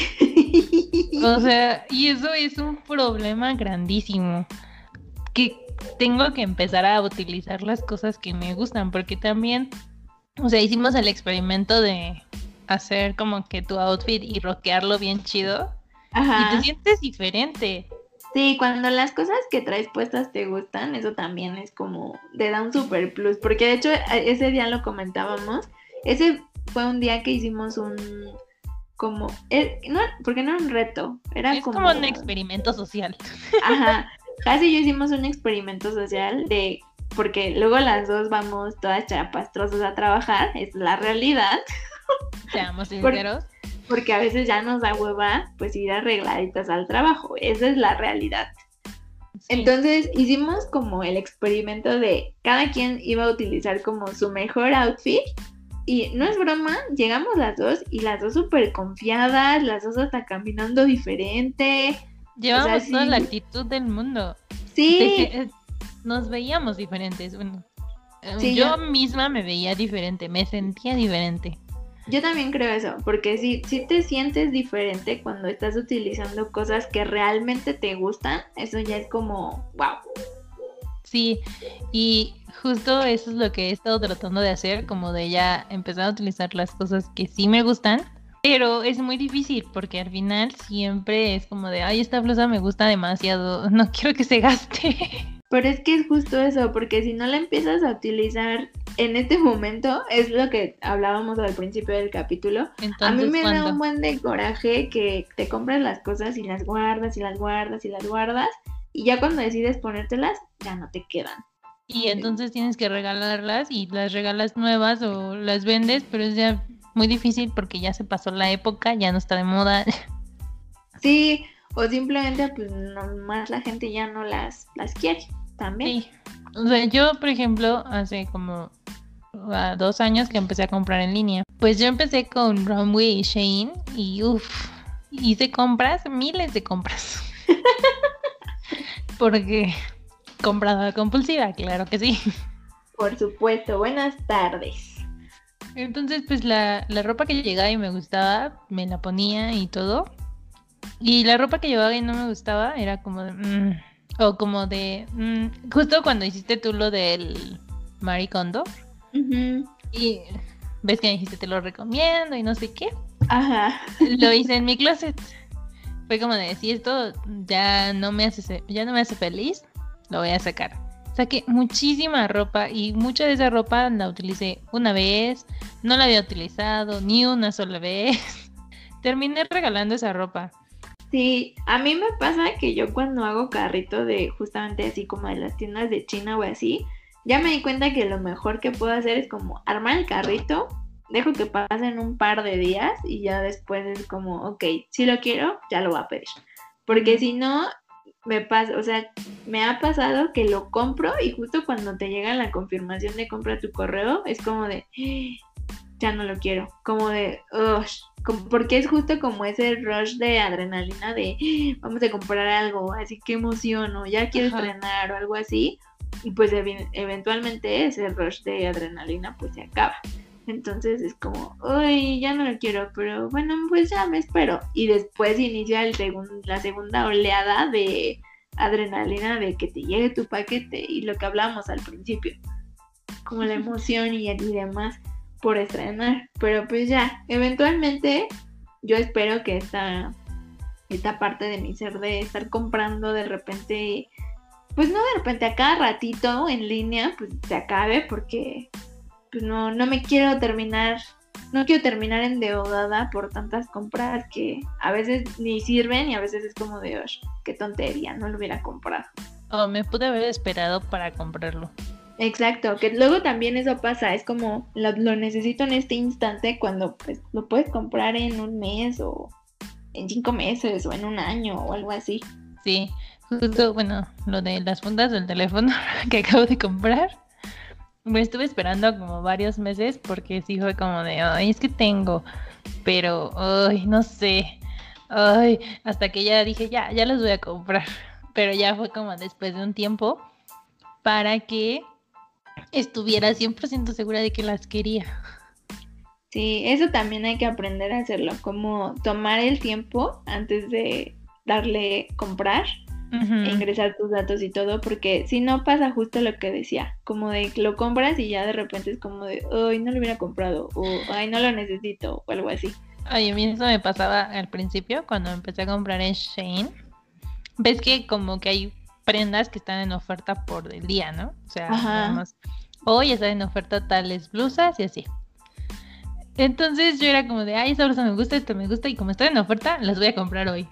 O sea, y eso es un problema grandísimo. Que tengo que empezar a utilizar las cosas que me gustan, porque también, o sea, hicimos el experimento de hacer como que tu outfit y rockearlo bien chido. Ajá. Y te sientes diferente. Sí, cuando las cosas que traes puestas te gustan, eso también es como, te da un super plus, porque de hecho ese día lo comentábamos, ese fue un día que hicimos un, como, eh, no, porque no era un reto, era es como... como un experimento social. Ajá, Jas y yo hicimos un experimento social de, porque luego las dos vamos todas chapastrosas a trabajar, es la realidad. Seamos sinceros. Porque, porque a veces ya nos da hueva, pues ir arregladitas al trabajo, esa es la realidad. Sí. Entonces hicimos como el experimento de cada quien iba a utilizar como su mejor outfit. Y no es broma, llegamos las dos y las dos súper confiadas, las dos hasta caminando diferente. Llevamos o sea, toda sí. la actitud del mundo. Sí. De, nos veíamos diferentes. Bueno, sí, yo, yo misma me veía diferente, me sentía diferente. Yo también creo eso, porque sí, sí te sientes diferente cuando estás utilizando cosas que realmente te gustan, eso ya es como, wow. Sí, y justo eso es lo que he estado tratando de hacer, como de ya empezar a utilizar las cosas que sí me gustan, pero es muy difícil porque al final siempre es como de, ay, esta blusa me gusta demasiado, no quiero que se gaste. Pero es que es justo eso, porque si no la empiezas a utilizar en este momento, es lo que hablábamos al principio del capítulo. Entonces, a mí me ¿cuándo? da un buen de coraje que te compras las cosas y las guardas y las guardas y las guardas y ya cuando decides ponértelas, ya no te quedan. Y entonces tienes que regalarlas y las regalas nuevas o las vendes, pero es ya muy difícil porque ya se pasó la época, ya no está de moda. Sí, o simplemente pues nomás la gente ya no las, las quiere también. Sí. O sea, yo por ejemplo hace como uh, dos años que empecé a comprar en línea. Pues yo empecé con Runway y Shein y uff, hice compras, miles de compras. Porque compradora compulsiva, claro que sí. Por supuesto, buenas tardes. Entonces pues la, la ropa que llegaba y me gustaba, me la ponía y todo. Y la ropa que llevaba y no me gustaba era como de... Mmm, o como de... Mmm, justo cuando hiciste tú lo del Marie Kondo. Uh-huh. Y ves que me dijiste te lo recomiendo y no sé qué. Ajá. Lo hice en mi closet. Fue como de, si esto ya no me hace, ya no me hace feliz, lo voy a sacar. Saqué muchísima ropa y mucha de esa ropa la utilicé una vez, no la había utilizado ni una sola vez. Terminé regalando esa ropa. Sí, a mí me pasa que yo cuando hago carrito de justamente así como de las tiendas de China o así, ya me di cuenta que lo mejor que puedo hacer es como armar el carrito, dejo que pasen un par de días y ya después es como, ok, si lo quiero, ya lo voy a pedir. Porque si no, me pasa, o sea, me ha pasado que lo compro y justo cuando te llega la confirmación de compra a tu correo, es como de, ya no lo quiero, como de, oh, como, porque es justo como ese rush de adrenalina de, vamos a comprar algo, así que emoción, o ya quiero Ajá. estrenar o algo así, y pues eventualmente ese rush de adrenalina pues se acaba. Entonces es como, uy, ya no lo quiero, pero bueno, pues ya me espero. Y después inicia el segun- la segunda oleada de adrenalina de que te llegue tu paquete y lo que hablábamos al principio. como la emoción y, y demás por estrenar. Pero pues ya, eventualmente yo espero que esta, esta parte de mi ser de estar comprando de repente, pues no de repente a cada ratito en línea, pues se acabe porque pues no, no me quiero terminar, no quiero terminar endeudada por tantas compras que a veces ni sirven y a veces es como de, osh, qué tontería, no lo hubiera comprado. Oh, me pude haber esperado para comprarlo. Exacto, que luego también eso pasa, es como lo, lo necesito en este instante cuando pues lo puedes comprar en un mes o en cinco meses o en un año o algo así. Sí, justo, bueno, lo de las fundas del teléfono que acabo de comprar, me estuve esperando como varios meses porque sí fue como de, ay, es que tengo, pero, ay, no sé, ay, hasta que ya dije, ya, ya los voy a comprar, pero ya fue como después de un tiempo para que estuviera cien por ciento segura de que las quería. Sí, eso también hay que aprender a hacerlo, como tomar el tiempo antes de darle comprar, Uh-huh. e ingresar tus datos y todo, porque si no pasa justo lo que decía, como de que lo compras y ya de repente es como de, ay, no lo hubiera comprado, o ay, no lo necesito, o algo así. Ay, a mí eso me pasaba al principio cuando empecé a comprar en Shein. Ves que como que hay prendas que están en oferta por el día, ¿no? O sea, Ajá. digamos, hoy están en oferta tales blusas y así. Entonces yo era como de, ay, esa blusa me gusta, esto me gusta, y como están en oferta, las voy a comprar hoy.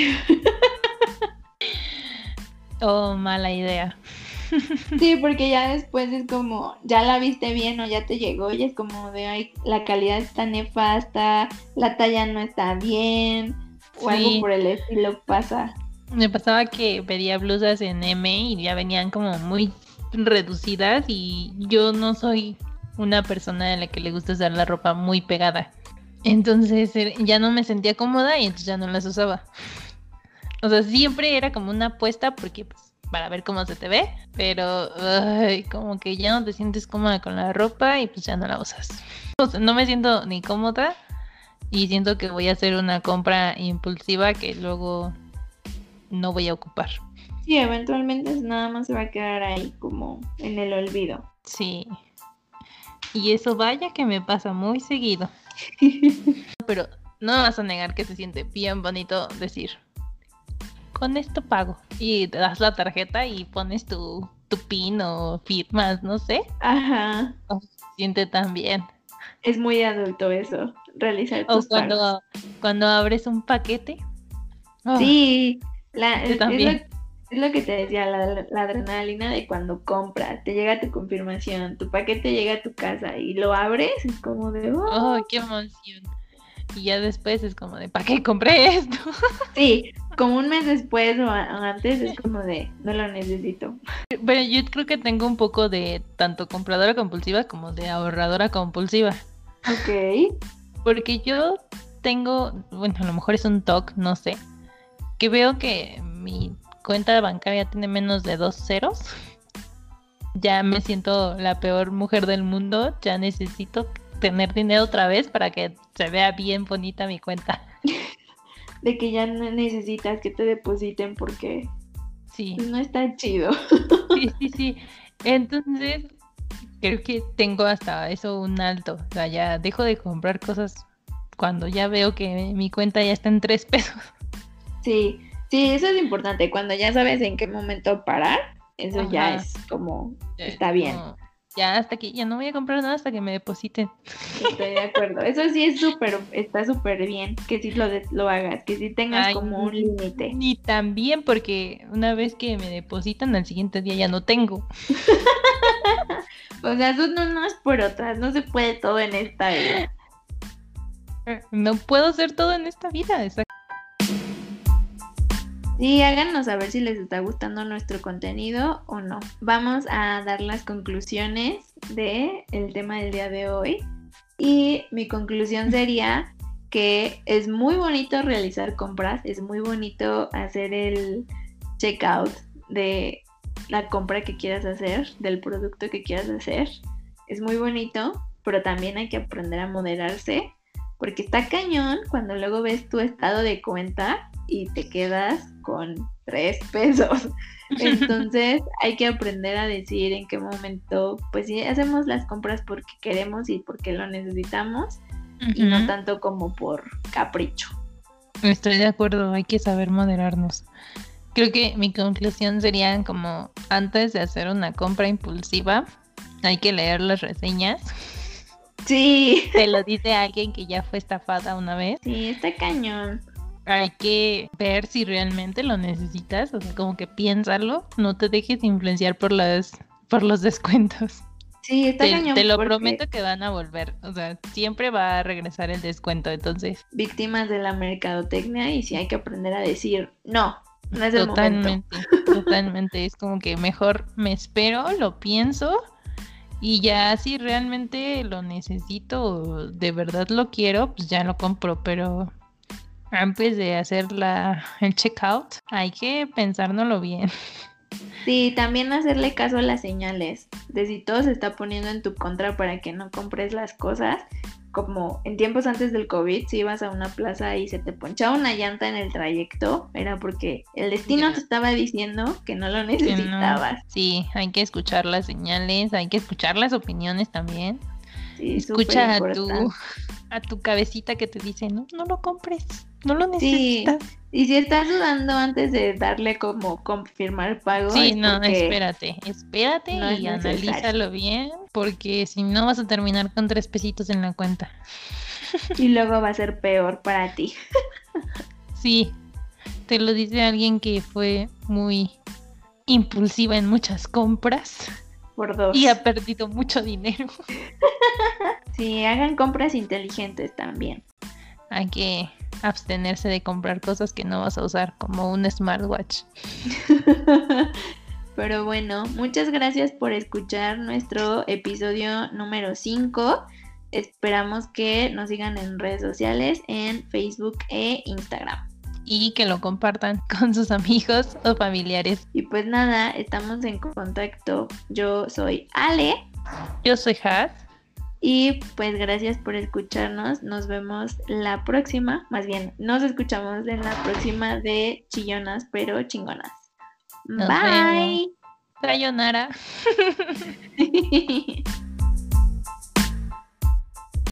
Oh, mala idea. Sí, porque ya después es como, ya la viste bien o ya te llegó y es como de, ay, la calidad está nefasta, la talla no está bien, o Sí. algo por el estilo pasa. Me pasaba que pedía blusas en M y ya venían como muy reducidas y yo no soy una persona a la que le gusta usar la ropa muy pegada. Entonces ya no me sentía cómoda y entonces ya no las usaba. O sea, siempre era como una apuesta porque pues para ver cómo se te ve, pero ay, como que ya no te sientes cómoda con la ropa y pues ya no la usas. O sea, no me siento ni cómoda y siento que voy a hacer una compra impulsiva que luego no voy a ocupar. Sí, eventualmente nada más se va a quedar ahí como en el olvido. Sí. Y eso vaya que me pasa muy seguido. Pero no me vas a negar que se siente bien bonito decir, con esto pago. Y te das la tarjeta y pones tu, tu pin o firmas, no sé. Ajá. Oh, se siente tan bien. Es muy adulto eso, realizar tus O cuando, pagos. cuando abres un paquete. Oh, sí, la, yo es, también. es, lo, es lo que te decía, la, la adrenalina de cuando compras, te llega tu confirmación, tu paquete llega a tu casa y lo abres, es como de, oh, oh qué emoción. Y ya después es como de, ¿para qué compré esto? Sí, como un mes después o, a, o antes es como de, no lo necesito. Pero yo creo que tengo un poco de tanto compradora compulsiva como de ahorradora compulsiva. Ok. Porque yo tengo, bueno, a lo mejor es un toque, no sé, que veo que mi cuenta bancaria tiene menos de dos ceros. Ya me siento la peor mujer del mundo, ya necesito tener dinero otra vez para que se vea bien bonita mi cuenta. De que ya no necesitas que te depositen porque Sí. no está chido. Sí, sí, sí. Entonces, creo que tengo hasta eso un alto. O sea, ya dejo de comprar cosas cuando ya veo que mi cuenta ya está en tres pesos. Sí, sí, eso es importante. Cuando ya sabes en qué momento parar, eso Ajá. ya es como, Ya, está bien. como, ya hasta aquí, ya no voy a comprar nada hasta que me depositen. Estoy de acuerdo. Eso sí es súper, está súper bien que sí lo, de, lo hagas, que sí tengas Ay, como un límite. Ni tan bien, porque una vez que me depositan, al siguiente día ya no tengo. O sea, eso no, no es por otras, no se puede todo en esta vida. No puedo hacer todo en esta vida, exacto. Sí, háganos saber si les está gustando nuestro contenido o no. Vamos a dar las conclusiones del tema del día de hoy. Y mi conclusión sería que es muy bonito realizar compras, es muy bonito hacer el checkout de la compra que quieras hacer, del producto que quieras hacer. Es muy bonito, pero también hay que aprender a moderarse porque está cañón cuando luego ves tu estado de cuenta y te quedas con tres pesos. Entonces hay que aprender a decir en qué momento, pues sí, hacemos las compras porque queremos y porque lo necesitamos, uh-huh. y no tanto como por capricho. Estoy de acuerdo, hay que saber moderarnos. Creo que mi conclusión sería como antes de hacer una compra impulsiva, hay que leer las reseñas. Sí. Te lo dice alguien que ya fue estafada una vez. Sí, está cañón. Hay que ver si realmente lo necesitas, o sea, como que piénsalo, no te dejes influenciar por las por los descuentos. Sí, está te, cañón. Te lo porque... prometo que van a volver, o sea, siempre va a regresar el descuento, entonces. Víctimas de la mercadotecnia y sí hay que aprender a decir no, no es el totalmente, momento. Totalmente, es como que mejor me espero, lo pienso y ya si realmente lo necesito o de verdad lo quiero, pues ya lo compro, pero antes de hacer la, el checkout, hay que pensárnoslo bien. Sí, también hacerle caso a las señales, de si todo se está poniendo en tu contra para que no compres las cosas, como en tiempos antes del COVID, si ibas a una plaza y se te ponchaba una llanta en el trayecto, era porque el destino yeah. te estaba diciendo que no lo necesitabas. No. Sí, hay que escuchar las señales, hay que escuchar las opiniones también. Sí, escucha a tu, a tu cabecita que te dice, no, no lo compres, no lo necesitas. Sí. Y si estás dudando antes de darle como confirmar pago, sí, es no, espérate, espérate no y analízalo bien, porque si no vas a terminar con tres pesitos en la cuenta. Y luego va a ser peor para ti. Sí, te lo dice alguien que fue muy impulsiva en muchas compras. Por dos. Y ha perdido mucho dinero. Sí, hagan compras inteligentes también. Hay que abstenerse de comprar cosas que no vas a usar, como un smartwatch. Pero bueno, muchas gracias por escuchar nuestro episodio número cinco. Esperamos que nos sigan en redes sociales, en Facebook e Instagram. Y que lo compartan con sus amigos o familiares. Y pues nada, estamos en contacto. Yo soy Ale. Yo soy Has. Y pues gracias por escucharnos. Nos vemos la próxima. Más bien, nos escuchamos en la próxima de Chillonas pero Chingonas. Nos Bye. Vemos. Sayonara.